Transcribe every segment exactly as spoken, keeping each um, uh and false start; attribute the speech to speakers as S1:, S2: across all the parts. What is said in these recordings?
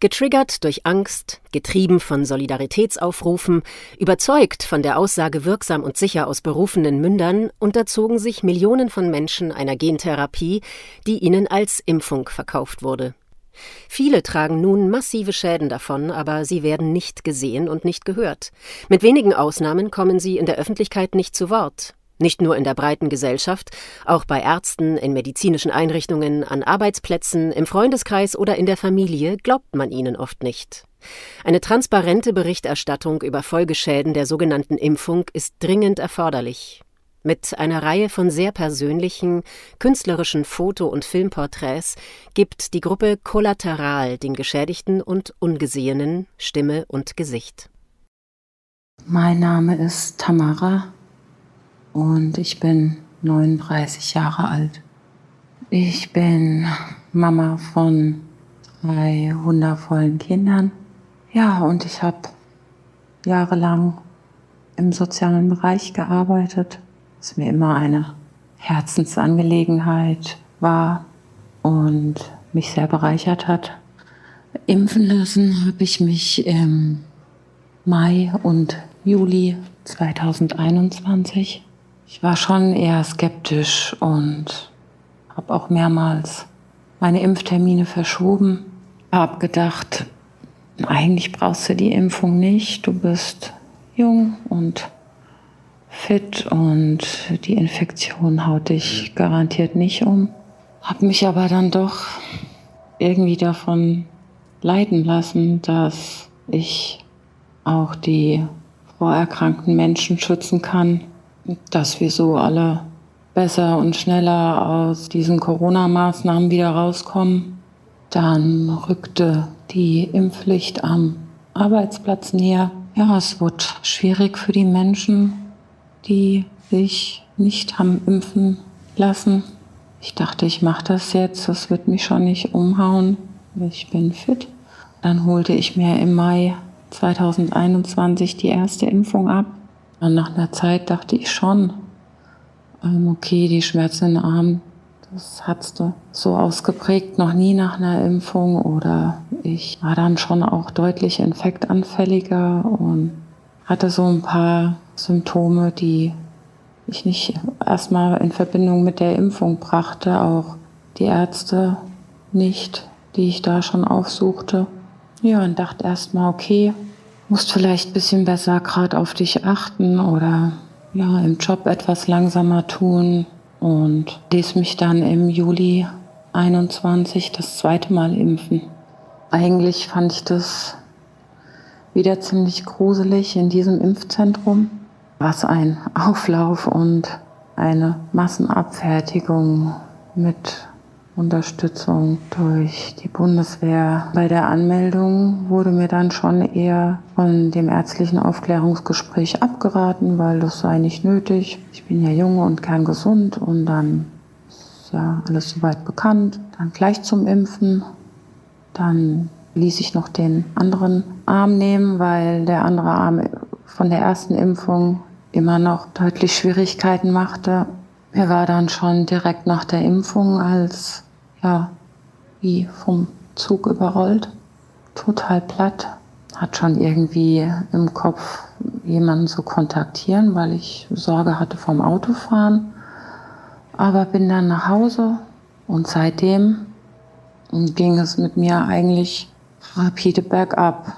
S1: Getriggert durch Angst, getrieben von Solidaritätsaufrufen, überzeugt von der Aussage wirksam und sicher aus berufenen Mündern, unterzogen sich Millionen von Menschen einer Gentherapie, die ihnen als Impfung verkauft wurde. Viele tragen nun massive Schäden davon, aber sie werden nicht gesehen und nicht gehört. Mit wenigen Ausnahmen kommen sie in der Öffentlichkeit nicht zu Wort. Nicht nur in der breiten Gesellschaft, auch bei Ärzten, in medizinischen Einrichtungen, an Arbeitsplätzen, im Freundeskreis oder in der Familie glaubt man ihnen oft nicht. Eine transparente Berichterstattung über Folgeschäden der sogenannten Impfung ist dringend erforderlich. Mit einer Reihe von sehr persönlichen, künstlerischen Foto- und Filmporträts gibt die Gruppe Kollateral den Geschädigten und Ungesehenen Stimme und Gesicht.
S2: Mein Name ist Tamara. Und ich bin neununddreißig Jahre alt. Ich bin Mama von drei wundervollen Kindern. Ja, und ich habe jahrelang im sozialen Bereich gearbeitet, was mir immer eine Herzensangelegenheit war und mich sehr bereichert hat. Impfen lassen habe ich mich im Mai und Juli zweitausendeinundzwanzig. Ich war schon eher skeptisch und habe auch mehrmals meine Impftermine verschoben. Habe gedacht, eigentlich brauchst du die Impfung nicht. Du bist jung und fit und die Infektion haut dich garantiert nicht um. Habe mich aber dann doch irgendwie davon leiten lassen, dass ich auch die vorerkrankten Menschen schützen kann, dass wir so alle besser und schneller aus diesen Corona-Maßnahmen wieder rauskommen. Dann rückte die Impfpflicht am Arbeitsplatz näher. Ja, es wurde schwierig für die Menschen, die sich nicht haben impfen lassen. Ich dachte, ich mache das jetzt, das wird mich schon nicht umhauen. Ich bin fit. Dann holte ich mir im Mai zweitausendeinundzwanzig die erste Impfung ab. Und nach einer Zeit dachte ich schon, ähm, okay, die Schmerzen in den Armen, das hattest du so ausgeprägt noch nie nach einer Impfung. Oder ich war dann schon auch deutlich infektanfälliger und hatte so ein paar Symptome, die ich nicht erstmal in Verbindung mit der Impfung brachte. Auch die Ärzte nicht, die ich da schon aufsuchte. Ja, und dachte erstmal, okay, musst vielleicht ein bisschen besser gerade auf dich achten oder ja, im Job etwas langsamer tun und ließ mich dann im Juli einundzwanzig das zweite Mal impfen. Eigentlich fand ich das wieder ziemlich gruselig in diesem Impfzentrum, was ein Auflauf und eine Massenabfertigung mit Unterstützung durch die Bundeswehr. Bei der Anmeldung wurde mir dann schon eher von dem ärztlichen Aufklärungsgespräch abgeraten, weil das sei nicht nötig. Ich bin ja jung und kerngesund und dann ist ja alles soweit bekannt. Dann gleich zum Impfen. Dann ließ ich noch den anderen Arm nehmen, weil der andere Arm von der ersten Impfung immer noch deutlich Schwierigkeiten machte. Mir war dann schon direkt nach der Impfung als, ja, wie vom Zug überrollt, total platt. Hat schon irgendwie im Kopf, jemanden zu kontaktieren, weil ich Sorge hatte vom Autofahren. Aber bin dann nach Hause und seitdem ging es mit mir eigentlich rapide bergab.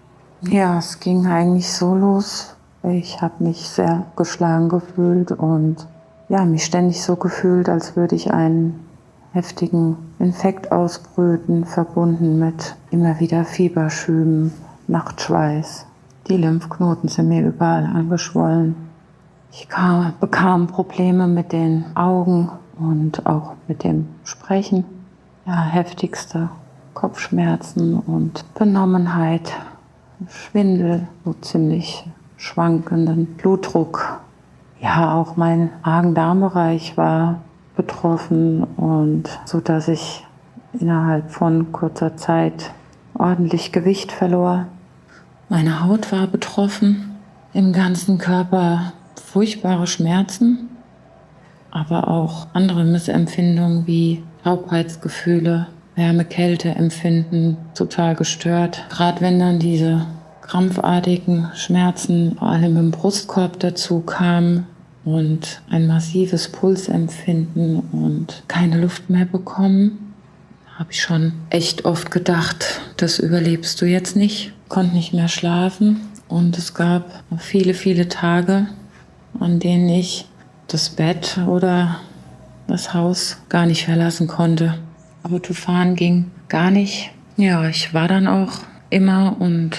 S2: Ja, es ging eigentlich so los. Ich habe mich sehr geschlagen gefühlt und ja, mich ständig so gefühlt, als würde ich einen heftigen Infekt ausbrüten, verbunden mit immer wieder Fieberschüben, Nachtschweiß. Die Lymphknoten sind mir überall angeschwollen. Ich kam, bekam Probleme mit den Augen und auch mit dem Sprechen. Ja, heftigste Kopfschmerzen und Benommenheit, Schwindel, so ziemlich schwankenden Blutdruck. Ja, auch mein Magen-Darm-Bereich war betroffen und so, dass ich innerhalb von kurzer Zeit ordentlich Gewicht verlor. Meine Haut war betroffen, im ganzen Körper furchtbare Schmerzen, aber auch andere Missempfindungen wie Taubheitsgefühle, Wärme-Kälte-Empfinden total gestört. Gerade wenn dann diese krampfartigen Schmerzen, vor allem im Brustkorb, dazu kamen und ein massives Pulsempfinden und keine Luft mehr bekommen, habe ich schon echt oft gedacht, das überlebst du jetzt nicht. Konnte nicht mehr schlafen und es gab viele, viele Tage, an denen ich das Bett oder das Haus gar nicht verlassen konnte. Autofahren ging gar nicht. Ja, ich war dann auch immer und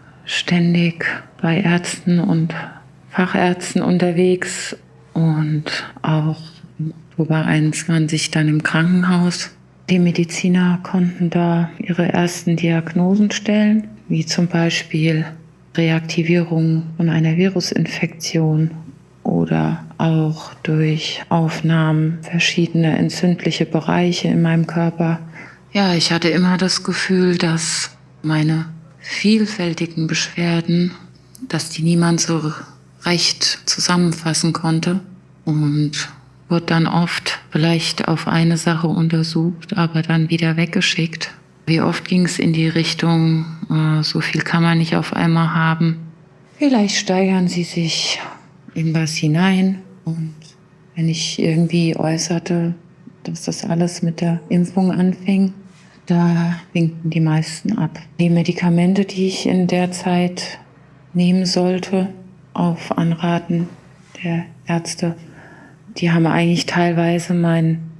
S2: ständig bei Ärzten und Fachärzten unterwegs und auch im Oktober einundzwanzig dann im Krankenhaus. Die Mediziner konnten da ihre ersten Diagnosen stellen, wie zum Beispiel Reaktivierung von einer Virusinfektion oder auch durch Aufnahmen verschiedener entzündliche Bereiche in meinem Körper. Ja, ich hatte immer das Gefühl, dass meine vielfältigen Beschwerden, dass die niemand so recht zusammenfassen konnte und wurde dann oft vielleicht auf eine Sache untersucht, aber dann wieder weggeschickt. Wie oft ging es in die Richtung, äh, so viel kann man nicht auf einmal haben. Vielleicht steigern sie sich in was hinein. Und wenn ich irgendwie äußerte, dass das alles mit der Impfung anfing, da winkten die meisten ab. Die Medikamente, die ich in der Zeit nehmen sollte, auf Anraten der Ärzte, die haben eigentlich teilweise meinen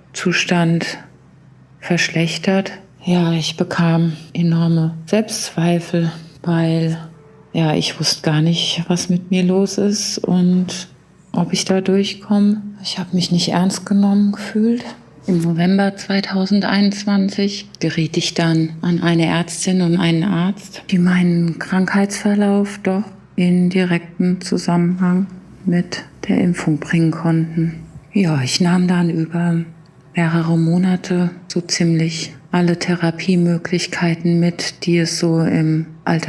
S2: Zustand verschlechtert. Ja, ich bekam enorme Selbstzweifel, weil ja, ich wusste gar nicht, was mit mir los ist und ob ich da durchkomme. Ich habe mich nicht ernst genommen gefühlt. Im November zweitausendeinundzwanzig geriet ich dann an eine Ärztin und einen Arzt, die meinen Krankheitsverlauf doch in direkten Zusammenhang mit der Impfung bringen konnten. Ja, ich nahm dann über mehrere Monate so ziemlich alle Therapiemöglichkeiten mit, die es so im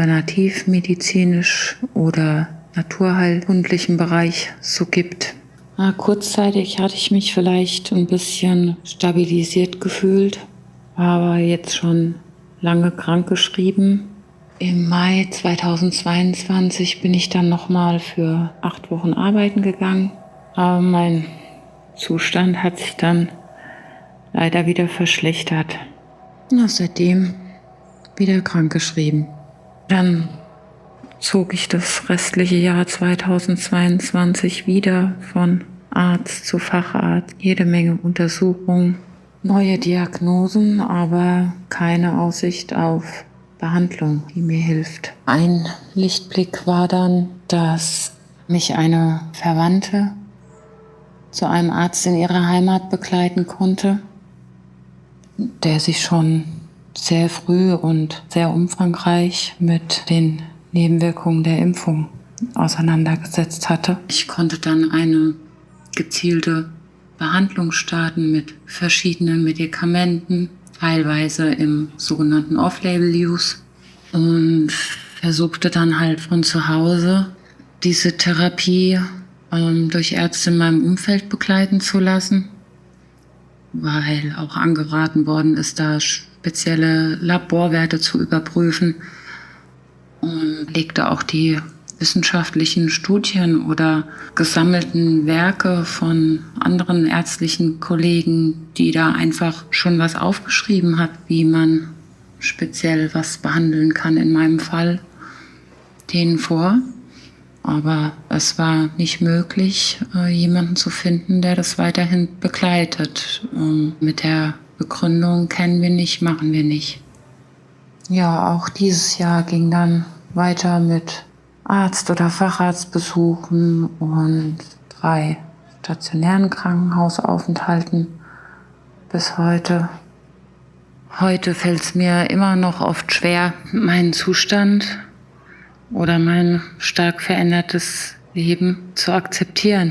S2: alternativmedizinisch oder naturheilkundlichen Bereich so gibt. Na, kurzzeitig hatte ich mich vielleicht ein bisschen stabilisiert gefühlt, war aber jetzt schon lange krankgeschrieben. Im Mai zweitausendzweiundzwanzig bin ich dann nochmal für acht Wochen arbeiten gegangen, aber mein Zustand hat sich dann leider wieder verschlechtert. Na, seitdem wieder krankgeschrieben. Dann zog ich das restliche Jahr zweitausendzweiundzwanzig wieder von Arzt zu Facharzt. Jede Menge Untersuchungen, neue Diagnosen, aber keine Aussicht auf Behandlung, die mir hilft. Ein Lichtblick war dann, dass mich eine Verwandte zu einem Arzt in ihrer Heimat begleiten konnte, der sich schon sehr früh und sehr umfangreich mit den Nebenwirkungen der Impfung auseinandergesetzt hatte. Ich konnte dann eine gezielte Behandlung starten mit verschiedenen Medikamenten, teilweise im sogenannten Off-Label-Use, und versuchte dann halt von zu Hause diese Therapie ähm, durch Ärzte in meinem Umfeld begleiten zu lassen, weil auch angeraten worden ist, da spezielle Laborwerte zu überprüfen, und legte auch die wissenschaftlichen Studien oder gesammelten Werke von anderen ärztlichen Kollegen, die da einfach schon was aufgeschrieben hat, wie man speziell was behandeln kann in meinem Fall, denen vor. Aber es war nicht möglich, jemanden zu finden, der das weiterhin begleitet. Mit der Begründung, kennen wir nicht, machen wir nicht. Ja, auch dieses Jahr ging dann weiter mit Arzt- oder Facharztbesuchen und drei stationären Krankenhausaufenthalten bis heute. Heute fällt es mir immer noch oft schwer, meinen Zustand oder mein stark verändertes Leben zu akzeptieren.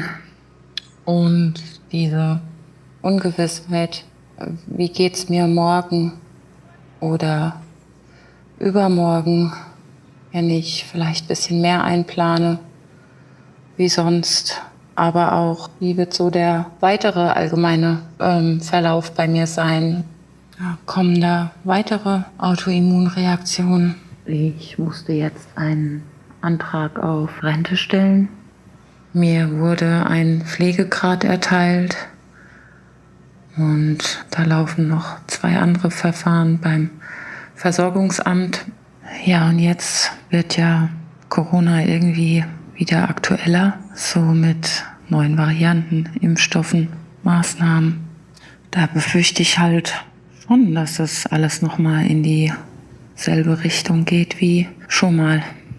S2: Und diese Ungewissheit, wie geht's mir morgen oder übermorgen, wenn ich vielleicht ein bisschen mehr einplane wie sonst, aber auch, wie wird so der weitere allgemeine ähm, Verlauf bei mir sein? Ja, kommen da weitere Autoimmunreaktionen? Ich musste jetzt einen Antrag auf Rente stellen. Mir wurde ein Pflegegrad erteilt und da laufen noch zwei andere Verfahren beim Versorgungsamt. Ja, und jetzt wird ja Corona irgendwie wieder aktueller, so mit neuen Varianten, Impfstoffen, Maßnahmen. Da befürchte ich halt schon, dass das alles nochmal in dieselbe Richtung geht wie schon mal.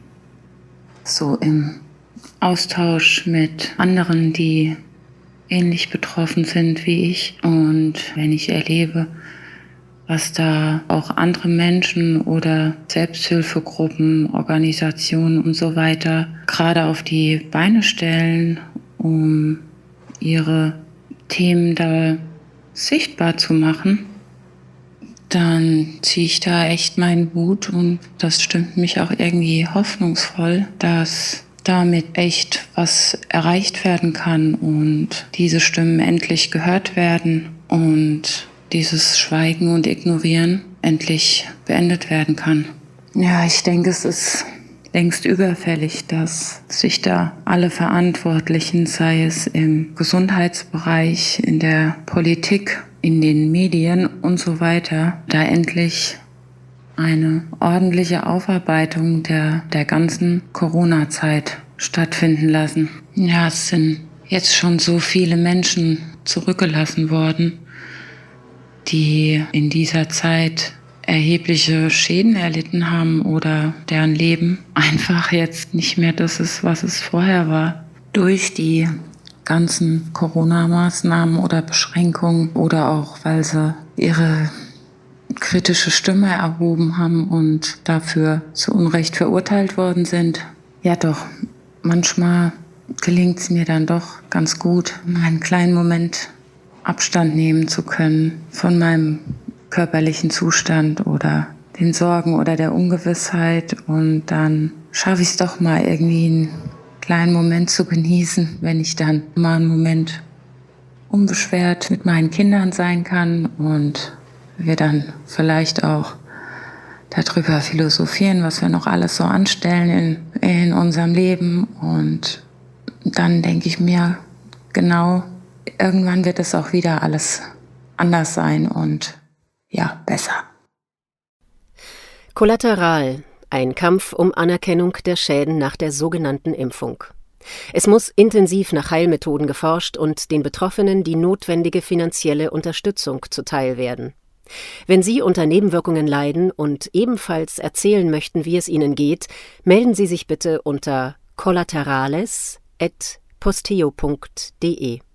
S2: So im Austausch mit anderen, die ähnlich betroffen sind wie ich. Und wenn ich erlebe, was da auch andere Menschen oder Selbsthilfegruppen, Organisationen und so weiter gerade auf die Beine stellen, um ihre Themen da sichtbar zu machen, dann ziehe ich da echt meinen Hut und das stimmt mich auch irgendwie hoffnungsvoll, dass damit echt was erreicht werden kann und diese Stimmen endlich gehört werden und dieses Schweigen und Ignorieren endlich beendet werden kann. Ja, ich denke, es ist längst überfällig, dass sich da alle Verantwortlichen, sei es im Gesundheitsbereich, in der Politik, in den Medien und so weiter, da endlich eine ordentliche Aufarbeitung der, der ganzen Corona-Zeit stattfinden lassen. Ja, es sind jetzt schon so viele Menschen zurückgelassen worden, die in dieser Zeit erhebliche Schäden erlitten haben oder deren Leben einfach jetzt nicht mehr das ist, was es vorher war. Durch die ganzen Corona-Maßnahmen oder Beschränkungen oder auch, weil sie ihre kritische Stimme erhoben haben und dafür zu Unrecht verurteilt worden sind. Ja doch, manchmal gelingt es mir dann doch ganz gut, einen kleinen Moment Abstand nehmen zu können von meinem körperlichen Zustand oder den Sorgen oder der Ungewissheit und dann schaffe ich es doch mal irgendwie einen kleinen Moment zu genießen, wenn ich dann mal einen Moment unbeschwert mit meinen Kindern sein kann und wir dann vielleicht auch darüber philosophieren, was wir noch alles so anstellen in, in unserem Leben. Und dann denke ich mir, genau, irgendwann wird es auch wieder alles anders sein und ja, besser.
S1: Kollateral, ein Kampf um Anerkennung der Schäden nach der sogenannten Impfung. Es muss intensiv nach Heilmethoden geforscht und den Betroffenen die notwendige finanzielle Unterstützung zuteil werden. Wenn Sie unter Nebenwirkungen leiden und ebenfalls erzählen möchten, wie es Ihnen geht, melden Sie sich bitte unter collaterales at posteo punkt de.